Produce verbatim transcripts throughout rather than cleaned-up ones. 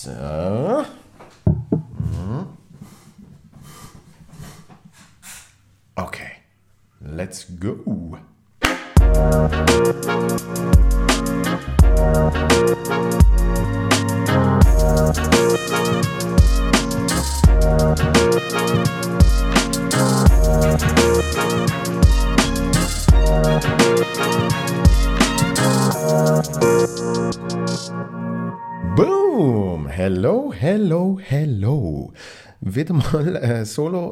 So. Okay, let's go. Boom! Hello, hello, hello. Wieder mal eine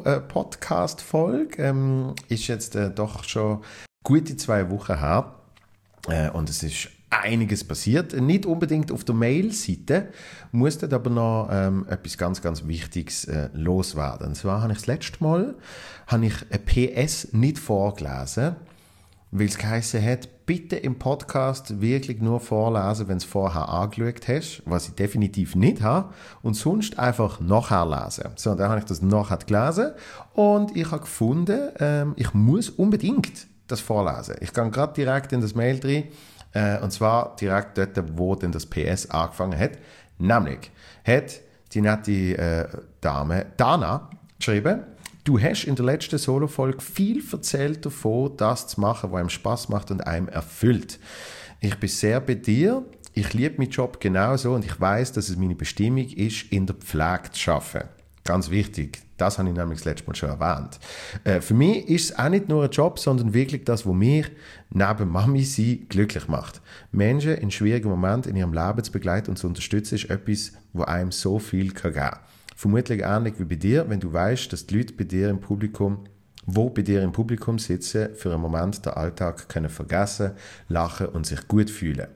Solo-Podcast-Folge. Ähm, ist jetzt äh, doch schon gute zwei Wochen her. Äh, und es ist einiges passiert. Nicht unbedingt auf der Mail-Seite, musste aber noch ähm, etwas ganz, ganz Wichtiges äh, loswerden. Und zwar habe ich das letzte Mal habe ich ein P S nicht vorgelesen, weil es geheißen hat, bitte im Podcast wirklich nur vorlesen, wenn du es vorher angeschaut hast, was ich definitiv nicht habe, und sonst einfach nachher lesen. So, dann habe ich das nachher gelesen und ich habe gefunden, ähm, ich muss unbedingt das vorlesen. Ich gehe gerade direkt in das Mail rein, äh, und zwar direkt dort, wo denn das P S angefangen hat. Nämlich hat die nette äh, Dame Dana geschrieben: Du hast in der letzten Solo-Folge viel erzählt davon, das zu machen, was einem Spass macht und einem erfüllt. Ich bin sehr bei dir. Ich liebe meinen Job genauso und ich weiß, dass es meine Bestimmung ist, in der Pflege zu arbeiten. Ganz wichtig. Das habe ich nämlich das letzte Mal schon erwähnt. Äh, für mich ist es auch nicht nur ein Job, sondern wirklich das, was mich neben Mami sein glücklich macht. Menschen in schwierigen Momenten in ihrem Leben zu begleiten und zu unterstützen, ist etwas, was einem so viel geben kann. Vermutlich ähnlich wie bei dir, wenn du weißt, dass die Leute bei dir im Publikum, wo bei dir im Publikum sitzen, für einen Moment den Alltag können vergessen, lachen und sich gut fühlen.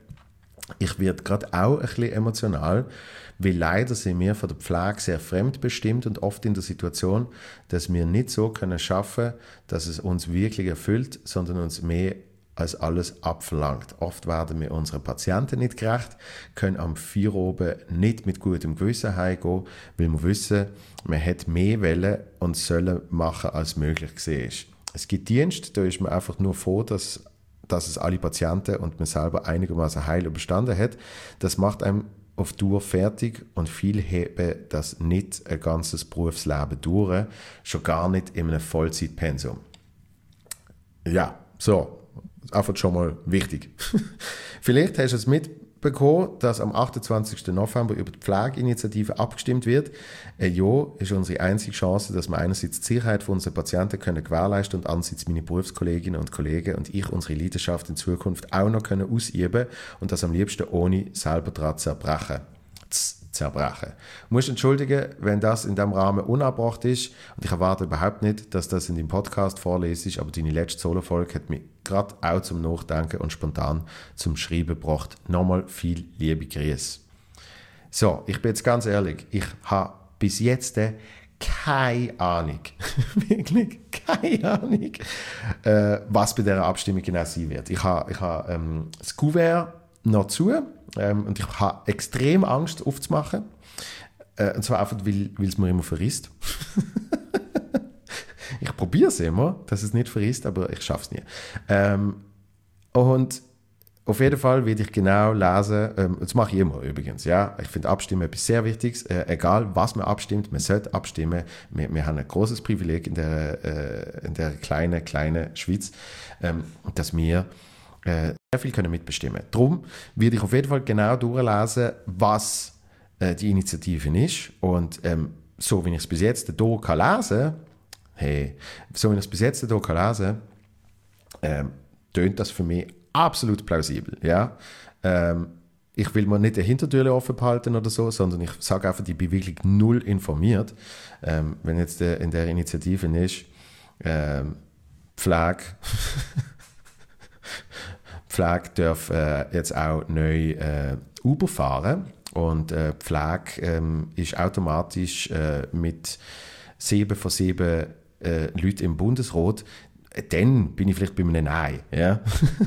Ich werde gerade auch ein bisschen emotional, weil leider sind wir von der Pflege sehr fremdbestimmt und oft in der Situation, dass wir nicht so können schaffen, dass es uns wirklich erfüllt, sondern uns mehr als alles abverlangt. Oft werden wir unseren Patienten nicht gerecht, können am vier oben nicht mit gutem Gewissen heimgehen, weil wir wissen, man hat mehr wollen und sollen machen, als möglich war. Es gibt Dienste, da ist man einfach nur froh, dass, dass es alle Patienten und man selber einigermaßen heil überstanden hat. Das macht einem auf Dauer fertig und viele heben das nicht ein ganzes Berufsleben durch, schon gar nicht in einem Vollzeitpensum. Ja, so. Einfach schon mal wichtig. Vielleicht hast du es mitbekommen, dass am achtundzwanzigsten November über die Pflegeinitiative abgestimmt wird. Ein Jahr ist unsere einzige Chance, dass wir einerseits die Sicherheit von unseren Patienten können gewährleisten und andererseits meine Berufskolleginnen und Kollegen und ich unsere Leidenschaft in Zukunft auch noch können ausüben und das am liebsten ohne selber daran zerbrechen. zerbrechen. Du musst entschuldigen, wenn das in diesem Rahmen unabbracht ist und ich erwarte überhaupt nicht, dass das in deinem Podcast vorlesest, aber deine letzte Solo-Folge hat mich gerade auch zum Nachdenken und spontan zum Schreiben gebracht. Nochmal viel liebe Grüße. So, ich bin jetzt ganz ehrlich, ich habe bis jetzt keine Ahnung, wirklich keine Ahnung, äh, was bei dieser Abstimmung genau sein wird. Ich habe, ich habe ähm, das Kuvert noch zu ähm, und ich habe extrem Angst aufzumachen. Äh, und zwar einfach, weil, weil es mir immer verrisst. Ich probiere es immer, dass es nicht verrisst, aber ich schaffe es nie. Ähm, und auf jeden Fall werde ich genau lesen, ähm, das mache ich immer übrigens, ja. Ich finde Abstimmen etwas sehr Wichtiges, äh, egal was man abstimmt, man sollte abstimmen. Wir, wir haben ein großes Privileg in der, äh, in der kleinen, kleinen Schweiz, ähm, dass wir äh, sehr viel können mitbestimmen. Darum werde ich auf jeden Fall genau durchlesen, was äh, die Initiative ist. Und ähm, so wie ich es bis jetzt hier kann lesen, hey, so wie ich es bis jetzt hier kann lesen, ähm, tönt das für mich absolut plausibel. Ja? Ähm, ich will mir nicht eine Hintertür offen behalten oder so, sondern ich sage einfach, ich bin wirklich null informiert. Ähm, wenn jetzt äh, in der Initiative ist, ähm, Pflege, Pflege darf äh, jetzt auch neu äh, Uber fahren und äh, Pflege ähm, ist automatisch äh, mit sieben von sieben äh, Leuten im Bundesrat, dann bin ich vielleicht bei einem Nein. Ja?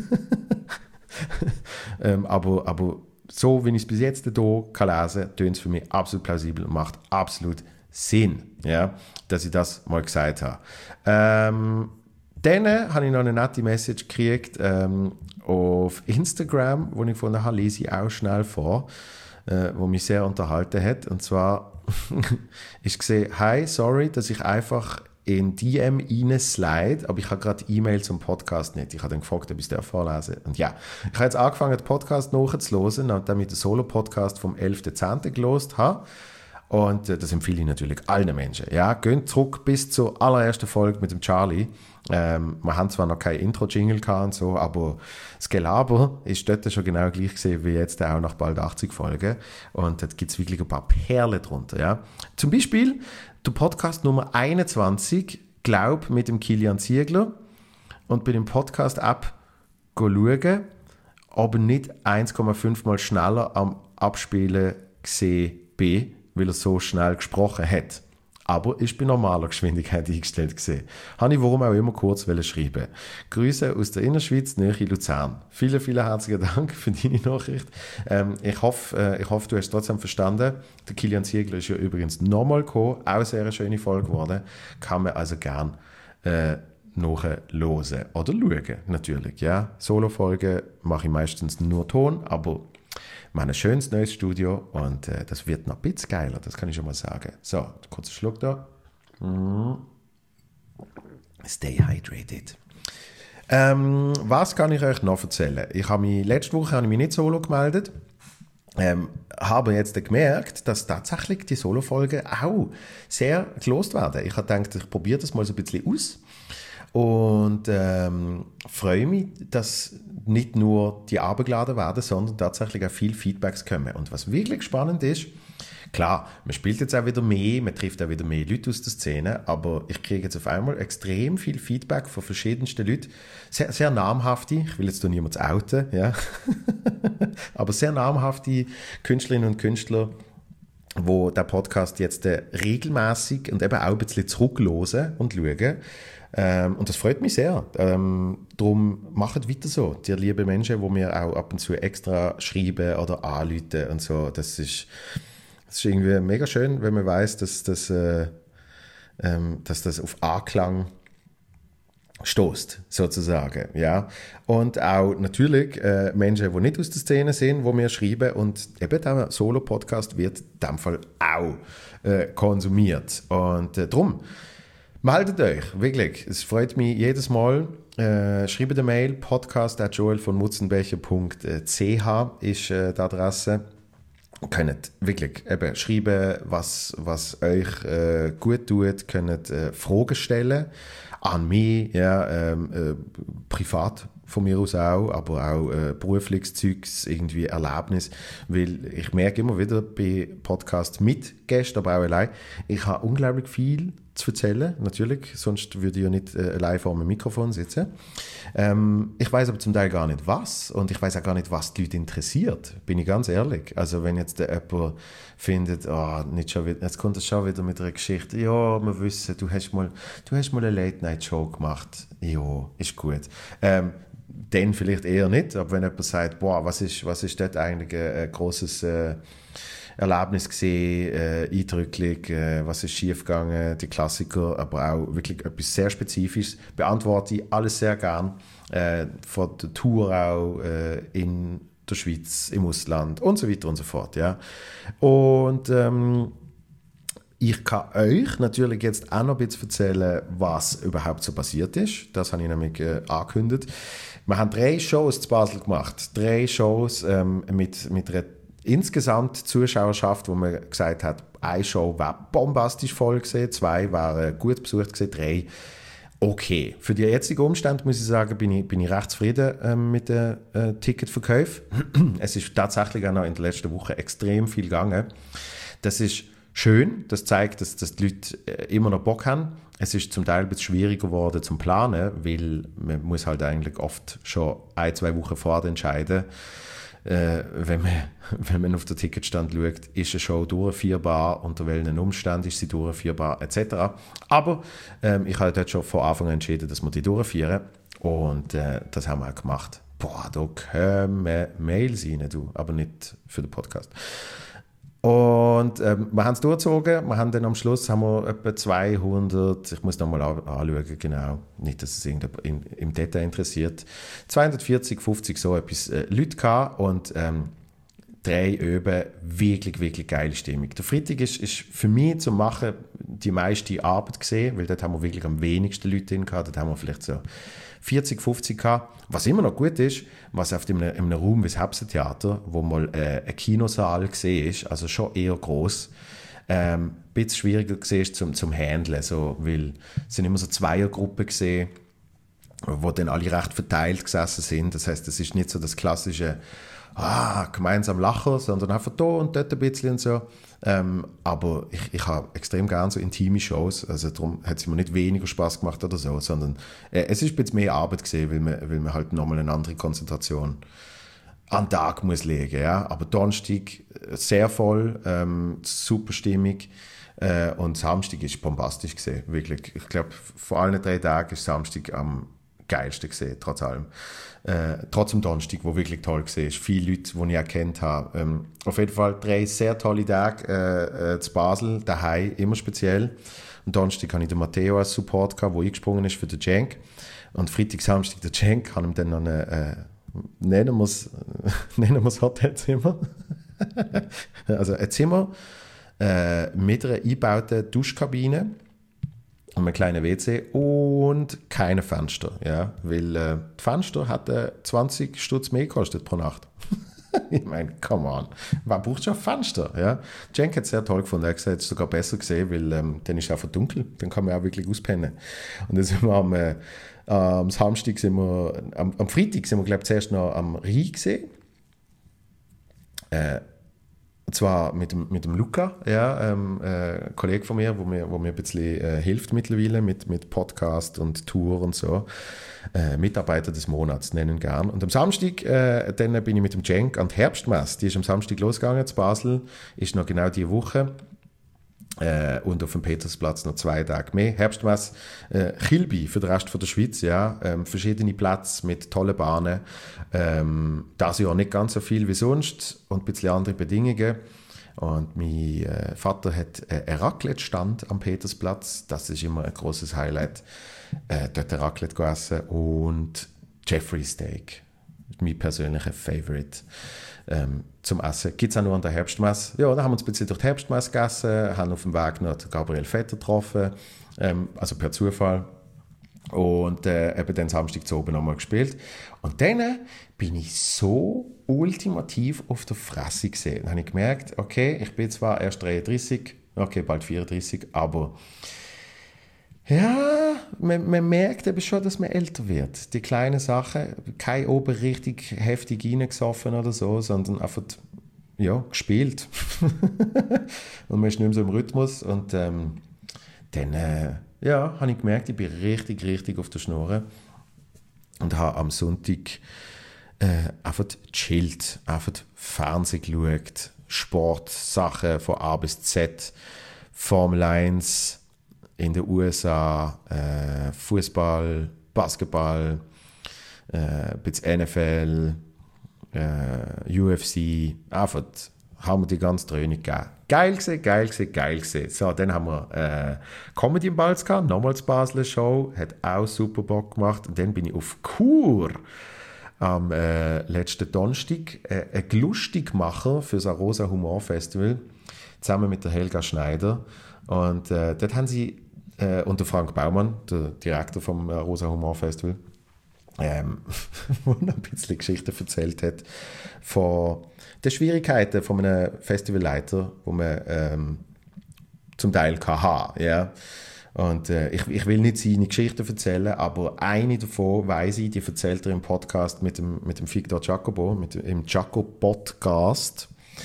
ähm, aber, aber so, wie ich es bis jetzt hier kann lesen kann, tönt es für mich absolut plausibel und macht absolut Sinn, ja, dass ich das mal gesagt habe. Ähm, dann habe ich noch eine nette Message gekriegt ähm, auf Instagram, wo ich gefunden habe, lese ich auch schnell vor. äh, wo mich sehr unterhalten hat. Und zwar, ich gesehen, hi, sorry, dass ich einfach in D M reinslide, aber ich habe gerade E-Mail zum Podcast nicht. Ich habe dann gefragt, ob ich es vorlesen darf. Und ja, ich habe jetzt angefangen, den Podcast nachzuhören, nachdem ich den Solo-Podcast vom elften zehnten gelost habe. Und äh, das empfehle ich natürlich allen Menschen. Ja, geht zurück bis zur allerersten Folge mit dem Charlie. Ähm, wir haben zwar noch kein Intro-Jingle gehabt und so, aber das Gelaber ist dort schon genau gleich gesehen wie jetzt auch nach bald achtzig Folgen. Und da gibt es wirklich ein paar Perlen drunter. Ja. Zum Beispiel der Podcast Nummer einundzwanzig, glaub, mit dem Kilian Ziegler. Und bei dem Podcast-App schauen, aber nicht eins Komma fünf Mal schneller am Abspielen gesehen bin, weil er so schnell gesprochen hat. Aber ist bei normaler Geschwindigkeit eingestellt gesehen. Habe ich warum auch immer kurz schreiben. Grüße aus der Innerschweiz, Nähe Luzern. Vielen, vielen herzlichen Dank für deine Nachricht. Ähm, ich, hoffe, äh, ich hoffe, du hast es trotzdem verstanden. Der Kilian Ziegler ist ja übrigens nochmal gekommen. Auch eine sehr schöne Folge geworden. Kann man also gern äh, nachhören oder schauen, natürlich. Ja. Solo-Folgen mache ich meistens nur Ton, aber wir haben ein schönes neues Studio und äh, das wird noch ein bisschen geiler, das kann ich schon mal sagen. So, kurzer Schluck da. Mm. Stay hydrated. Ähm, was kann ich euch noch erzählen? Ich habe mich, letzte Woche habe ich mich nicht solo gemeldet, ähm, habe jetzt gemerkt, dass tatsächlich die Solo-Folgen auch sehr gelost werden. Ich habe gedacht, ich probiere das mal so ein bisschen aus. Und ähm, freue mich, dass nicht nur die abgeladen werden, sondern tatsächlich auch viele Feedbacks kommen. Und was wirklich spannend ist, klar, man spielt jetzt auch wieder mehr, man trifft auch wieder mehr Leute aus der Szene, aber ich kriege jetzt auf einmal extrem viel Feedback von verschiedensten Leuten, sehr, sehr namhafte, ich will jetzt da niemanden outen, ja, aber sehr namhafte Künstlerinnen und Künstler, wo der Podcast jetzt äh, regelmäßig und eben auch ein bisschen zurückhören und schauen. Ähm, und das freut mich sehr. Ähm, darum macht weiter so. Die lieben Menschen, die mir auch ab und zu extra schreiben oder anrufen und so. Das ist, das ist irgendwie mega schön, wenn man weiss, dass, dass, äh, ähm, dass das auf Anklang stoßt, sozusagen. Ja. Und auch natürlich äh, Menschen, die nicht aus der Szene sind, die mir schreiben. Und eben der Solo-Podcast wird in diesem Fall auch äh, konsumiert. Und äh, darum, meldet euch, wirklich. Es freut mich jedes Mal. Äh, schreibt eine Mail, podcast at joel von mutzenbecher punkt c h ist äh, die Adresse. Ihr könnt wirklich eben schreiben, was, was euch äh, gut tut. Könnt äh, Fragen stellen an mich, ja, ähm, äh, privat von mir aus auch, aber auch äh, berufliches Zeugs, irgendwie Erlebnis, weil ich merke immer wieder bei Podcasts mit Gästen, aber auch allein, ich habe unglaublich viel zu erzählen, natürlich, sonst würde ich ja nicht äh, allein vor einem Mikrofon sitzen. Ähm, ich weiß aber zum Teil gar nicht was und ich weiß auch gar nicht, was die Leute interessiert, bin ich ganz ehrlich. Also wenn jetzt der jemand findet, oh, nicht schon wieder, jetzt kommt es schon wieder mit einer Geschichte, ja, wir wissen, du hast mal, du hast mal eine Late-Night-Show gemacht, ja, ist gut. Ähm, dann vielleicht eher nicht, aber wenn jemand sagt, boah, was ist, was ist dort eigentlich ein, ein grosses äh, Erlebnis gesehen, äh, eindrücklich, äh, was ist schiefgegangen, die Klassiker, aber auch wirklich etwas sehr Spezifisches, beantworte ich alles sehr gern, äh, von der Tour auch äh, in der Schweiz, im Ausland und so weiter und so fort, ja. Und ähm, ich kann euch natürlich jetzt auch noch ein bisschen erzählen, was überhaupt so passiert ist. Das habe ich nämlich äh, angekündigt. Wir haben drei Shows zu Basel gemacht. Drei Shows ähm, mit, mit einer insgesamt Zuschauerschaft, wo man gesagt hat, eine Show war bombastisch voll gewesen, zwei waren gut besucht gewesen, drei okay. Für die jetzigen Umstände muss ich sagen, bin ich, bin ich recht zufrieden äh, mit den äh, Ticketverkäufen. Es ist tatsächlich auch noch in der letzten Woche extrem viel gegangen. Das ist schön, das zeigt, dass, dass die Leute äh, immer noch Bock haben. Es ist zum Teil ein bisschen schwieriger geworden zum Planen, weil man muss halt eigentlich oft schon ein, zwei Wochen vorher entscheiden, Äh, wenn, man, wenn man auf den Ticketstand schaut, ist eine Show durchführbar, unter welchen Umständen ist sie durchführbar, et cetera. Aber ähm, ich habe dort schon von Anfang an entschieden, dass wir die durchführen und äh, das haben wir auch gemacht. Boah, da kommen Mails rein, du, aber nicht für den Podcast. Und ähm, wir haben es durchgezogen, wir haben dann am Schluss haben wir etwa zweihundert, ich muss nochmal anschauen, genau, nicht, dass es irgendjemand in, im Detail interessiert, zweihundertvierzig, fünfzig so etwas äh, Leute gehabt und ähm, drei Öben, wirklich, wirklich geile Stimmung. Der Freitag ist, ist für mich zum Machen die meiste Arbeit gesehen, weil dort haben wir wirklich am wenigsten Leute drin gehabt. Dort haben wir vielleicht so vierzig, fünfzig gehabt. Was immer noch gut ist, was auf dem, in einem Raum wie das Hebsentheater, wo mal äh, ein Kinosaal gesehen ist, also schon eher gross, ähm, ein bisschen schwieriger gesehen ist zum, zum Handeln, so, weil es sind immer so Zweiergruppen gesehen, wo dann alle recht verteilt gesessen sind. Das heisst, es ist nicht so das klassische ah, gemeinsam lachen, sondern einfach da und dort ein bisschen und so. Ähm, aber ich, ich habe extrem gerne so intime Shows, also darum hat es mir nicht weniger Spaß gemacht oder so, sondern äh, es ist ein bisschen mehr Arbeit gewesen, weil man, weil man halt nochmal eine andere Konzentration an den Tag muss legen, ja. Aber Donnerstag sehr voll, ähm, super stimmig. Äh, und Samstag ist bombastisch gewesen, wirklich. Ich glaube, vor allen drei Tagen ist Samstag am geilsten gesehen, trotz allem. Äh, trotz dem Donnerstag, wo wirklich toll war. Viele Leute, die ich erkannt habe. Ähm, auf jeden Fall drei sehr tolle Tage äh, äh, zu Basel, daheim, immer speziell. Am Donnerstag hatte ich den Matteo als Support, der eingesprungen ist für den Cenk. Und Freitag, Samstag der Cenk, habe ihm dann noch eine, äh, nennen wir es, nennen wir es Hotelzimmer. Also ein Zimmer äh, mit einer eingebauten Duschkabine und einem kleinen W C und keine Fenster, ja, weil äh, die Fenster hatten zwanzig Stutz mehr gekostet pro Nacht. Ich meine, come on, man braucht schon Fenster, ja. Cenk hat es sehr toll gefunden, er hat gesagt, es ist sogar besser gesehen, weil ähm, dann ist es einfach dunkel, dann kann man auch wirklich auspennen. Und dann sind wir am, äh, am Samstag, sind wir, am, am Freitag sind wir, glaube ich, zuerst noch am Rhein gesehen. Äh, Und zwar mit dem, mit dem Luca, ja, ähm, äh, ein Kollege von mir, wo mir, wo mir ein bisschen äh, hilft mittlerweile mit, mit Podcast und Tour und so. Äh, Mitarbeiter des Monats nennen gern. Und am Samstag äh, dann bin ich mit dem Cenk an die Herbstmesse. Die ist am Samstag losgegangen zu Basel, ist noch genau diese Woche. Äh, und auf dem Petersplatz noch zwei Tage mehr. Herbstmesse äh, Kilby für den Rest von der Schweiz, ja. Ähm, verschiedene Plätze mit tollen Bahnen. Ähm, das Jahr nicht ganz so viel wie sonst und ein bisschen andere Bedingungen. Und mein äh, Vater hat äh, einen Raclette-Stand am Petersplatz. Das ist immer ein grosses Highlight. Äh, dort ein Raclette gegessen und Jeffrey Steak. Mein persönlicher Favorite. Ähm, zum Essen. Gibt es auch nur an der Herbstmesse. Ja, da haben wir uns ein bisschen durch die Herbstmesse gegessen, haben auf dem Weg noch Gabriel Vetter getroffen, ähm, also per Zufall. Und äh, eben dann Samstag zu oben nochmal gespielt. Und dann bin ich so ultimativ auf der Fresse gesehen. Dann habe ich gemerkt, okay, ich bin zwar erst dreiunddreißig, okay, bald vierunddreißig, aber ja, man, man merkt eben schon, dass man älter wird. Die kleinen Sachen, kein oben richtig heftig reingesoffen oder so, sondern einfach, ja, gespielt. Und man ist nicht mehr so im Rhythmus. Und ähm, dann, äh, ja, habe ich gemerkt, ich bin richtig, richtig auf der Schnur. Und habe am Sonntag äh, einfach gechillt, einfach Fernsehen geschaut, Sportsachen von A bis Z, Formel eins, in den U S A, äh, Fußball, Basketball, äh, ein bisschen N F L, äh, U F C, einfach haben wir die ganze Dröhnung gegeben. Geil gesehen, geil gesehen, geil gesehen. So, dann haben wir äh, Comedy im Balz gehabt, nochmals Basler Show, hat auch super Bock gemacht. Und dann bin ich auf Kur am äh, letzten Donnerstag, äh, ein Lustigmacher für das Arosa Humor Festival, zusammen mit der Helga Schneider. Und äh, dort haben sie Äh, und der Frank Baumann, der Direktor vom äh, Rosa Humor Festival, ähm, wo er ein bisschen Geschichten erzählt hat von den Schwierigkeiten von einem Festivalleiter, wo man ähm, zum Teil kann haben, ja. Und äh, ich, ich will nicht seine Geschichten erzählen, aber eine davon weiss ich, die erzählt er im Podcast mit dem, mit dem Victor Jacobo, mit dem, im Jaco-Podcast.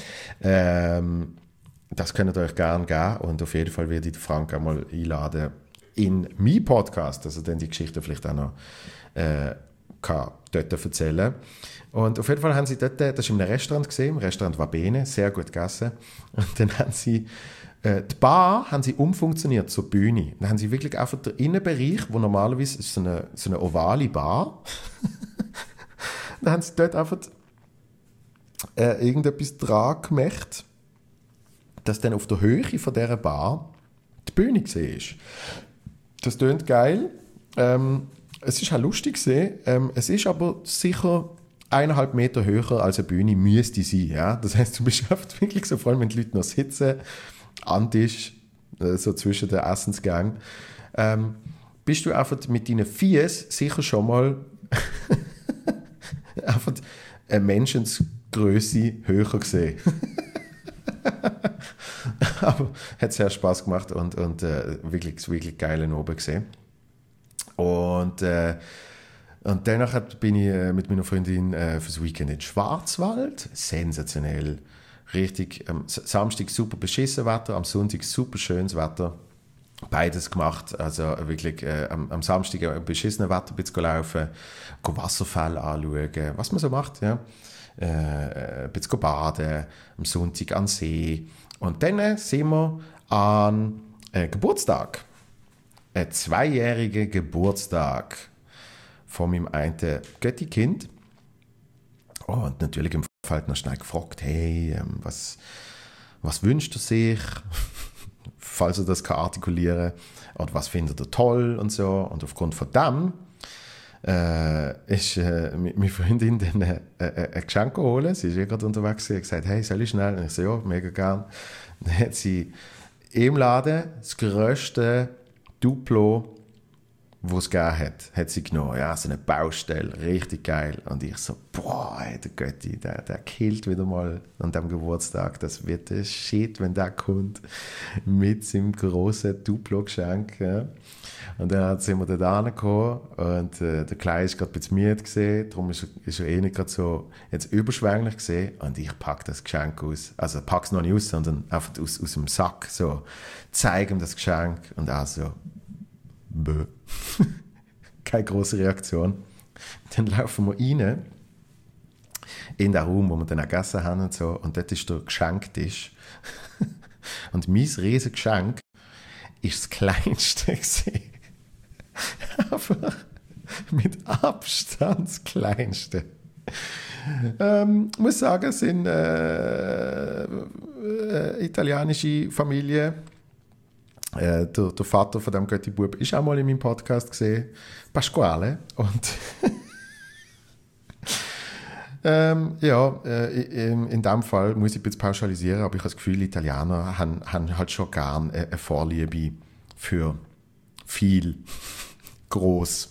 Ähm, Das könnt ihr euch gerne geben und auf jeden Fall werde ich Frank einmal einladen in meinen Podcast, dass er dann die Geschichte vielleicht auch noch äh, kann dort erzählen. Und auf jeden Fall haben sie dort, das ist in einem Restaurant gesehen, im Restaurant Vabene, sehr gut gegessen. Und dann haben sie äh, die Bar haben sie umfunktioniert zur Bühne. Dann haben sie wirklich einfach den Innenbereich, wo normalerweise ist so eine, so eine ovale Bar, dann haben sie dort einfach äh, irgendetwas dran gemacht, dass dann auf der Höhe von dieser Bar die Bühne gesehen ist. Das klingt geil. Ähm, es ist auch lustig gesehen. Ähm, es ist aber sicher eineinhalb Meter höher als eine Bühne müsste sein. Ja? Das heißt, du bist einfach wirklich so, vor allem wenn die Leute noch sitzen, am Tisch, äh, so zwischen den Essensgängen, ähm, bist du einfach mit deinen Fies sicher schon mal einfach eine Menschensgröße höher gesehen. Aber hat sehr Spaß gemacht und, und äh, wirklich, wirklich geil oben gesehen. Und, äh, und danach bin ich äh, mit meiner Freundin äh, fürs Weekend in Schwarzwald. Sensationell. Richtig, am Samstag super beschissen Wetter, am Sonntag super schönes Wetter. Beides gemacht. Also wirklich äh, am, am Samstag ein beschissenes Wetter ein bisschen laufen, go Wasserfälle anschauen, was man so macht. Ja. Äh, ein bisschen baden, am Sonntag an den See. Und dann sind wir an äh, Geburtstag. Ein zweijähriger Geburtstag von meinem einen Götti-Kind. Oh, und natürlich im Vorfeld noch schnell gefragt, hey, ähm, was, was wünscht er sich, falls er das kann artikulieren oder was findet er toll und so. Und aufgrund von dem äh, ist äh, meine Freundin dann äh, äh, ein Geschenk geholt. Sie ist ja gerade unterwegs und hat gesagt, hey, soll ich schnell? Und ich so, ja, mega gern. Dann hat sie im Laden das grösste Duplo, was es gegeben hat, hat sie genommen. Ja, so eine Baustelle, richtig geil. Und ich so, boah, ey, der Götti, der, der killt wieder mal an dem Geburtstag. Das wird der Shit, wenn der kommt mit seinem grossen Duplo-Geschenk. Ja. Und dann sind wir da angekommen und äh, der Kleine ist gerade ein bisschen müde gesehen, darum ist, ist er eh nicht gerade so jetzt überschwänglich gesehen. Und ich packe das Geschenk aus, also packe es noch nicht aus, sondern einfach aus, aus dem Sack, so, zeige ihm das Geschenk und auch so, bö. Keine große Reaktion. Dann laufen wir rein in den Raum, wo wir dann auch gegessen haben und so. Und dort ist der Geschenktisch. Und mein riesiges Geschenk ist das kleinste gewesen. Aber mit Abstand das kleinste. Ähm, ich muss sagen, es sind äh, äh, italienische Familie. Äh, der, der Vater von dem Götti-Bub ist auch mal in meinem Podcast gesehen, Pasquale. Und ähm, ja, äh, in, in dem Fall muss ich ein bisschen pauschalisieren, aber ich habe das Gefühl, Italiener haben, haben halt schon gern eine, eine Vorliebe für viel, groß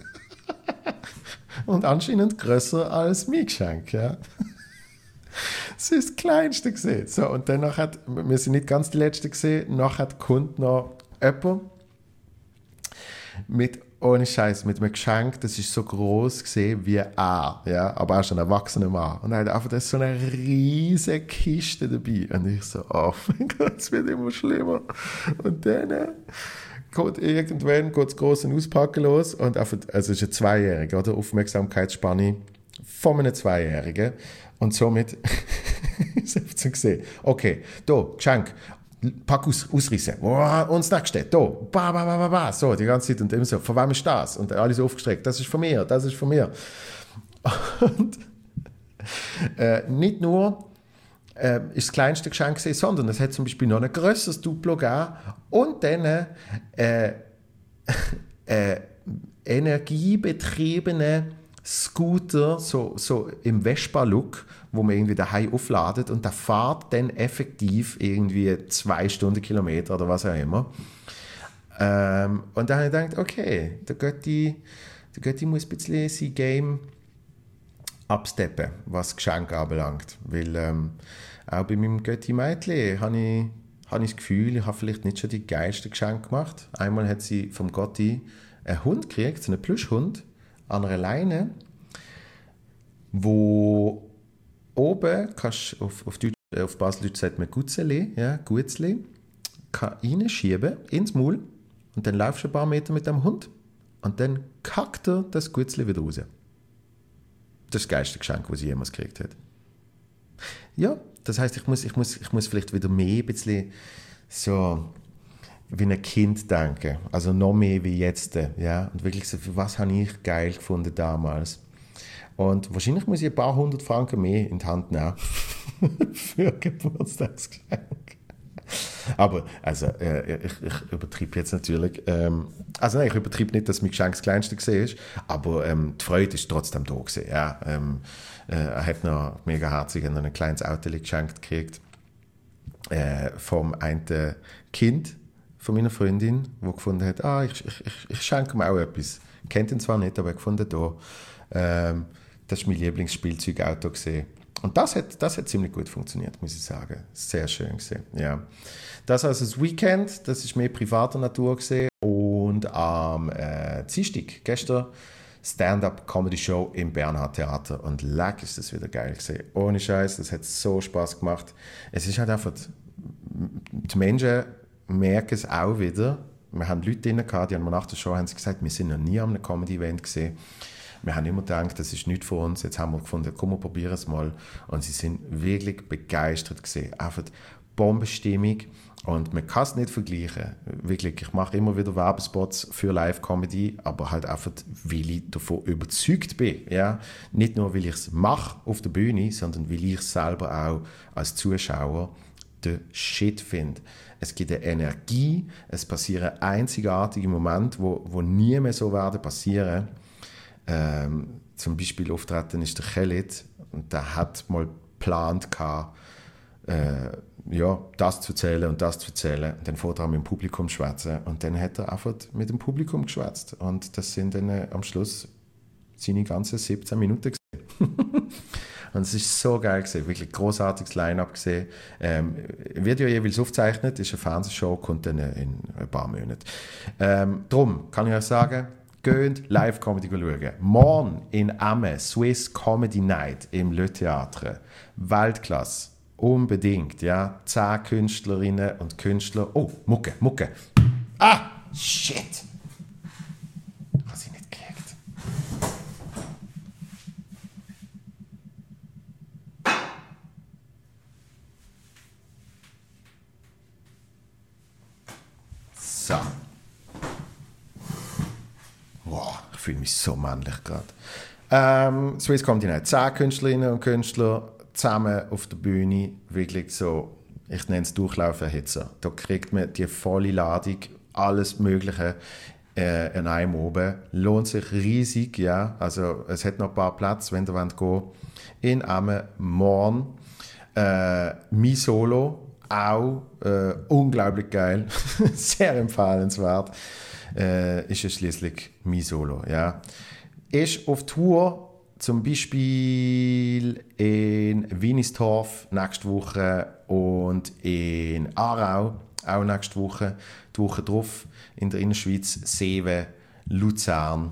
und anscheinend grösser als mein Geschenk. Ja. Das ist das Kleinste gesehen. So, und dann hat, wir sind nicht ganz die Letzte gesehen, nachher kommt noch jemand mit, ohne Scheiß, mit einem Geschenk, das ist so groß gesehen wie er, ja, aber auch schon ein erwachsener Mann. Und er hat einfach so eine riesige Kiste dabei. Und ich so, oh mein Gott, es wird immer schlimmer. Und dann äh, geht irgendwann geht das große Auspacken los und einfach, also es ist ein Zweijähriger, oder? Aufmerksamkeitsspanne von einem Zweijährigen. Und somit ist es einfach so gesehen. Okay, da, Geschenk, pack aus, ausrissen. Und das nächste, da, ba, ba, ba, ba, ba. So, die ganze Zeit und immer so, von wem ist das? Und alles aufgestreckt, das ist von mir, das ist von mir. Und äh, nicht nur äh, ist das kleinste Geschenk gewesen, sondern es hat zum Beispiel noch ein grösseres Duplo gegeben und dann äh, äh, energiebetriebene Scooter, so, so im Vespa-Look, wo man irgendwie daheim aufladet und der fährt dann effektiv irgendwie zwei Stundenkilometer oder was auch immer. Ähm, und dann habe ich gedacht, okay, der Götti, der Götti muss ein bisschen sein Game absteppen, was Geschenke anbelangt. Weil ähm, auch bei meinem Götti-Mädchen habe ich, habe ich das Gefühl, ich habe vielleicht nicht schon die geilsten Geschenke gemacht. Einmal hat sie vom Götti einen Hund gekriegt, so einen Plüschhund, an einer Leine, wo oben kannst auf, auf, Deutsch, auf Baseldeutsch sagt man Gutzeli, ja, Gutzli, kann reinschieben ins Maul und dann laufst du ein paar Meter mit dem Hund und dann kackt er das Gutzli wieder raus. Das ist das geilste Geschenk, das sie jemals gekriegt hat. Ja, das heisst, ich muss, ich muss, ich muss vielleicht wieder mehr ein bisschen so wie ein Kind denken. Also noch mehr wie jetzt. Ja? Und wirklich so, was habe ich geil gefunden damals. Und wahrscheinlich muss ich ein paar hundert Franken mehr in die Hand nehmen für ein Geburtstagsgeschenk. Aber, also, äh, ich, ich übertreibe jetzt natürlich. Ähm, also, nein, ich übertreibe nicht, dass mein Geschenk das kleinste war, aber ähm, die Freude ist trotzdem da gewesen. Ja, ähm, äh, er hat noch mega herzig ein kleines Auto geschenkt gekriegt äh, vom einen Kind von meiner Freundin, die gefunden hat, ah, ich, ich, ich, ich schenke ihm auch etwas. Kennt ihn zwar nicht, aber er gefunden da. Ähm, das war mein Lieblingsspielzeugauto gesehen. Und das hat, das hat ziemlich gut funktioniert, muss ich sagen. Sehr schön gesehen, ja. Das also das Weekend, das ist mehr privater Natur gesehen. Und am äh, Dienstag, gestern, Stand-up-Comedy-Show im Bernhard Theater. Und leck, ist das wieder geil gesehen. Ohne Scheiß, das hat so Spaß gemacht. Es ist halt einfach, die Menschen merken es auch wieder. Wir haben Leute drin gehabt, die haben mir nach der Show haben sie gesagt, wir sind noch nie an einem Comedy-Event gesehen. Wir haben immer gedacht, das ist nichts für uns. Jetzt haben wir gefunden, komm, wir probieren es mal. Und sie sind wirklich begeistert gewesen. Einfach Bombenstimmung. Und man kann es nicht vergleichen. Wirklich, ich mache immer wieder Werbespots für Live-Comedy, aber halt einfach, weil ich davon überzeugt bin. Ja? Nicht nur, weil ich es mache auf der Bühne, sondern weil ich es selber auch als Zuschauer den Shit finde. Es gibt eine Energie, es passieren einzigartige Momente, wo, wo nie mehr so werden passieren. Ähm, zum Beispiel auftreten ist der Khalid und der hat mal geplant gehabt, äh, ja, das zu erzählen und das zu erzählen. Und dann fährt er mit dem Publikum schwätzen und dann hat er einfach mit dem Publikum geschwätzt und das sind dann äh, am Schluss seine ganzen siebzehn Minuten gewesen. Und es ist so geil gewesen, wirklich großartiges Line-Up gesehen. Ähm, wird ja jeweils aufgezeichnet, ist eine Fernsehshow, kommt dann in ein paar Monaten. Ähm, drum kann ich euch sagen, geht Live-Comedy schauen. Morgen in Amme, Swiss Comedy Night im Le Theatre. Weltklasse. Unbedingt, ja. Zehn Künstlerinnen und Künstler. Oh, Mucke, Mucke. Ah, shit. Was ich nicht gekriegt. So. Wow, ich fühle mich so männlich gerade. Ähm, Swiss Comedy Night. Zehn Künstlerinnen und Künstler zusammen auf der Bühne, wirklich so, ich nenne es Durchlauferhitzer. Da kriegt man die volle Ladung, alles Mögliche äh, an einem oben. Lohnt sich riesig, ja. Also es hat noch ein paar Plätze, wenn ihr wollt gehen. In Amme, morgen. Äh, mein Solo, auch äh, unglaublich geil, sehr empfehlenswert. Äh, ist ja schließlich mein Solo, ja. Ist auf Tour, zum Beispiel in Wienistorf nächste Woche und in Aarau auch nächste Woche. Die Woche drauf in der Innerschweiz, Seewe, Luzern.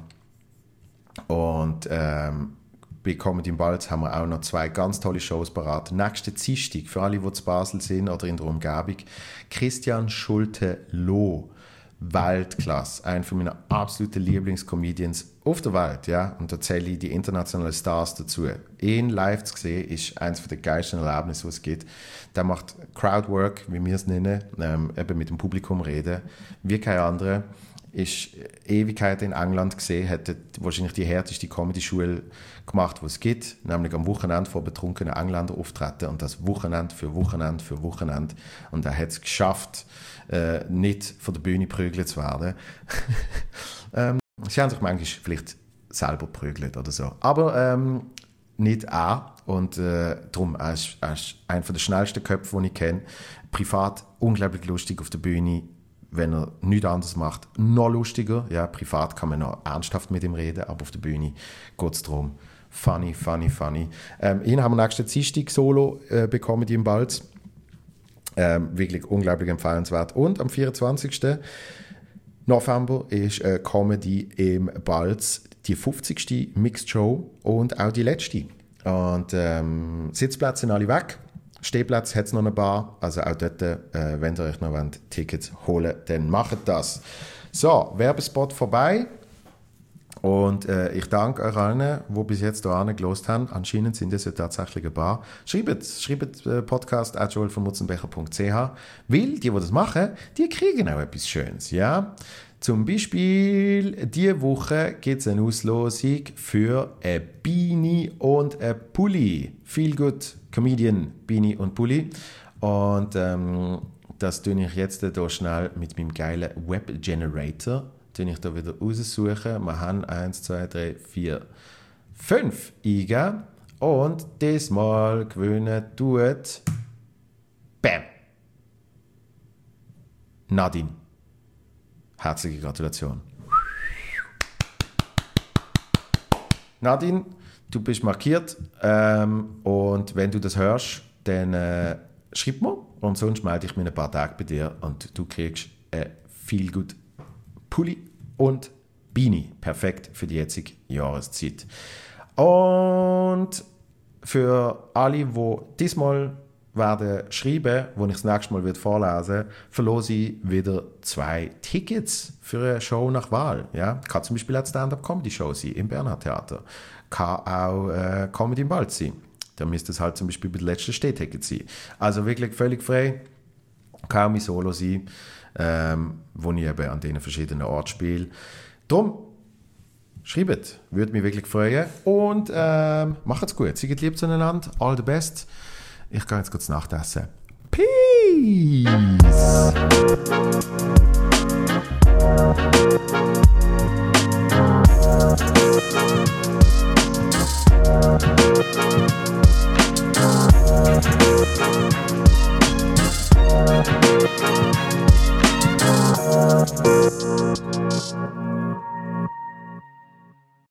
Und ähm, bei Comedy im Balz haben wir auch noch zwei ganz tolle Shows parat. Nächste Dienstag, für alle, die zu Basel sind oder in der Umgebung, Christian Schulte-Loh. Weltklasse, einer von meiner absoluten Lieblingscomedians auf der Welt, ja, und da zähle ich die internationalen Stars dazu. Ihn live zu sehen, ist eines der geilsten Erlebnisse, die es gibt. Der macht Crowdwork, wie wir es nennen, ähm, eben mit dem Publikum reden, wie kein anderer. Ist Ewigkeit in England gesehen, hat wahrscheinlich die härteste Comedy-Schule gemacht, die es gibt, nämlich am Wochenende vor betrunkenen Engländern auftreten und das Wochenende für Wochenende für Wochenende. Und er hat es geschafft, äh, nicht von der Bühne prügelt zu werden. ähm, sie haben sich manchmal vielleicht selber prügelt oder so, aber ähm, nicht er. Und äh, darum, er ist, er ist einer der schnellsten Köpfe, die ich kenne. Privat unglaublich lustig auf der Bühne. Wenn er nichts anderes macht, noch lustiger. Ja, privat kann man noch ernsthaft mit ihm reden, aber auf der Bühne geht es darum. Funny, funny, funny. Ähm, ihn haben wir nächsten Dienstag Solo äh, bekommen, die im Balz. Ähm, wirklich unglaublich empfehlenswert. Und am vierundzwanzigsten November ist äh, Comedy im Balz die fünfzigste Mixed Show und auch die letzte. Und ähm, Sitzplätze sind alle weg. Stehplatz hat es noch ein paar, also auch dort, äh, wenn ihr euch noch wollt, Tickets holen, dann macht das. So, Werbespot vorbei und äh, ich danke euch allen, die bis jetzt hier gehört haben. Anscheinend sind es ja tatsächlich ein paar. Schreibt, schreibt äh, podcast at joel von mutzenbecher punkt c h, weil die, die das machen, die kriegen auch etwas Schönes, ja. Zum Beispiel, diese Woche gibt es eine Auslosung für eine Beanie und ein Pulli. Feel Good Comedian Beanie und Pulli. Und ähm, das tue ich jetzt hier schnell mit meinem geilen Web-Generator tue ich da wieder raussuchen. Wir haben eins, zwei, drei, vier, fünf eingeben und diesmal gewinnen tut Bam! Nadine. Herzliche Gratulation. Nadine, du bist markiert ähm, und wenn du das hörst, dann äh, schreib mir und sonst melde ich mich in ein paar Tage bei dir und du kriegst ein viel gut Pulli und Beanie. Perfekt für die jetzige Jahreszeit. Und für alle, die diesmal werden schreiben, wo ich das nächste Mal wird vorlesen, verlose ich wieder zwei Tickets für eine Show nach Wahl. Ja? Kann zum Beispiel eine Stand-Up-Comedy-Show sein im Bernhard Theater. Kann auch äh, Comedy im Wald sein. Da müsste es halt zum Beispiel bei der letzten Stehticket sein. Also wirklich völlig frei. Kann auch mein Solo sein, ähm, wo ich eben an diesen verschiedenen Orten spiele. Darum, schreibt, würde mich wirklich freuen. Und ähm, macht's gut. Seid lieb zueinander. All the best. Ich gehe jetzt kurz Nachtessen. Peace! Thank you.